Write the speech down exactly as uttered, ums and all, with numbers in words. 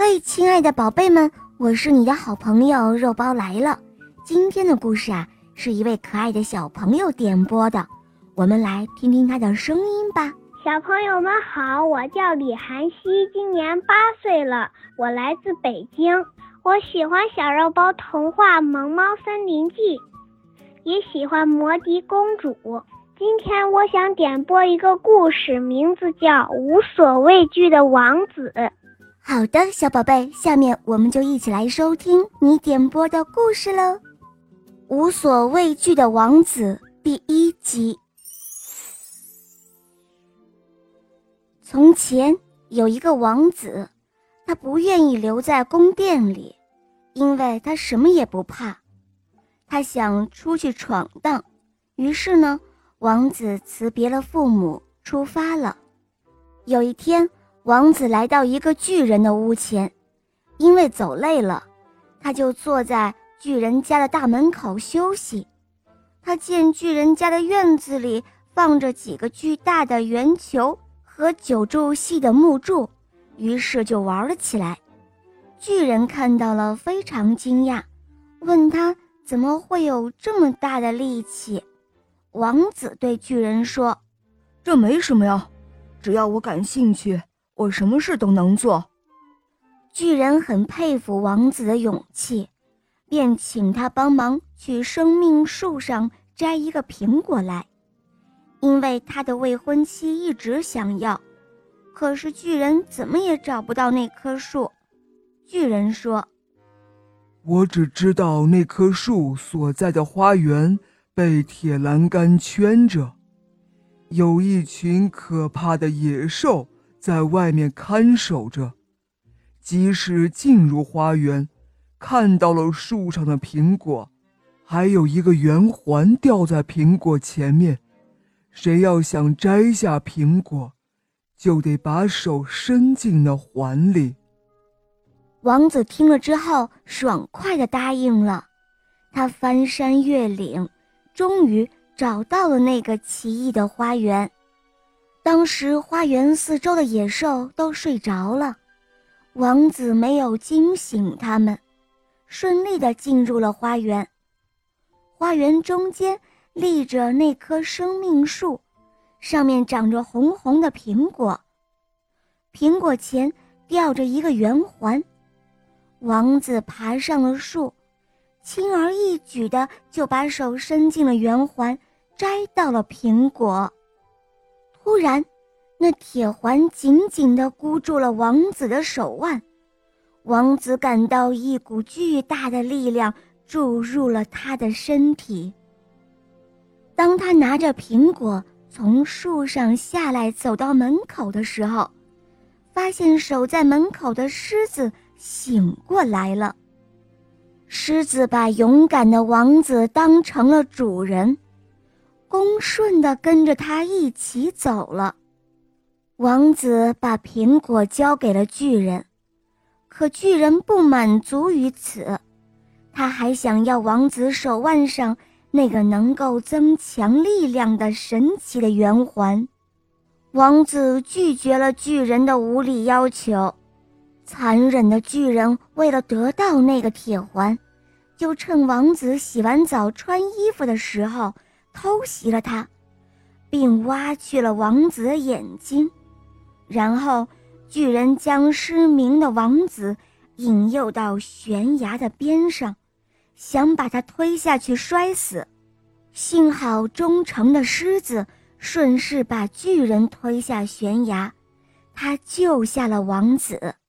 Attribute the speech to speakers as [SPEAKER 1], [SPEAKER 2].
[SPEAKER 1] 嘿，亲爱的宝贝们，我是你的好朋友肉包来了。今天的故事啊，是一位可爱的小朋友点播的，我们来听听他的声音吧。
[SPEAKER 2] 小朋友们好，我叫李涵熙，今年八岁了，我来自北京。我喜欢小肉包童话《萌猫森林记》，也喜欢摩迪公主。今天我想点播一个故事，名字叫《无所畏惧的王子》。
[SPEAKER 1] 好的，小宝贝，下面我们就一起来收听你点播的故事喽。《无所畏惧的王子》第一集。从前有一个王子，他不愿意留在宫殿里，因为他什么也不怕。他想出去闯荡，于是呢，王子辞别了父母，出发了。有一天，王子来到一个巨人的屋前，因为走累了，他就坐在巨人家的大门口休息。他见巨人家的院子里放着几个巨大的圆球和九柱细的木柱，于是就玩了起来。巨人看到了非常惊讶，问他怎么会有这么大的力气。王子对巨人说：
[SPEAKER 3] 这没什么呀，只要我感兴趣，我什么事都能做。
[SPEAKER 1] 巨人很佩服王子的勇气，便请他帮忙去生命树上摘一个苹果来，因为他的未婚妻一直想要，可是巨人怎么也找不到那棵树。巨人说：
[SPEAKER 4] 我只知道那棵树所在的花园被铁栏杆圈着，有一群可怕的野兽在外面看守着，即使进入花园，看到了树上的苹果，还有一个圆环吊在苹果前面，谁要想摘下苹果，就得把手伸进那环里。
[SPEAKER 1] 王子听了之后，爽快地答应了。他翻山越岭，终于找到了那个奇异的花园。当时花园四周的野兽都睡着了，王子没有惊醒他们，顺利地进入了花园。花园中间立着那棵生命树，上面长着红红的苹果，苹果前吊着一个圆环。王子爬上了树，轻而易举地就把手伸进了圆环，摘到了苹果。突然，那铁环紧紧地箍住了王子的手腕，王子感到一股巨大的力量注入了他的身体。当他拿着苹果从树上下来走到门口的时候，发现守在门口的狮子醒过来了。狮子把勇敢的王子当成了主人，恭顺地跟着他一起走了。王子把苹果交给了巨人，可巨人不满足于此，他还想要王子手腕上那个能够增强力量的神奇的圆环。王子拒绝了巨人的无理要求。残忍的巨人为了得到那个铁环，就趁王子洗完澡穿衣服的时候偷袭了他，并挖去了王子的眼睛。然后巨人将失明的王子引诱到悬崖的边上，想把他推下去摔死。幸好忠诚的狮子顺势把巨人推下悬崖，他救下了王子。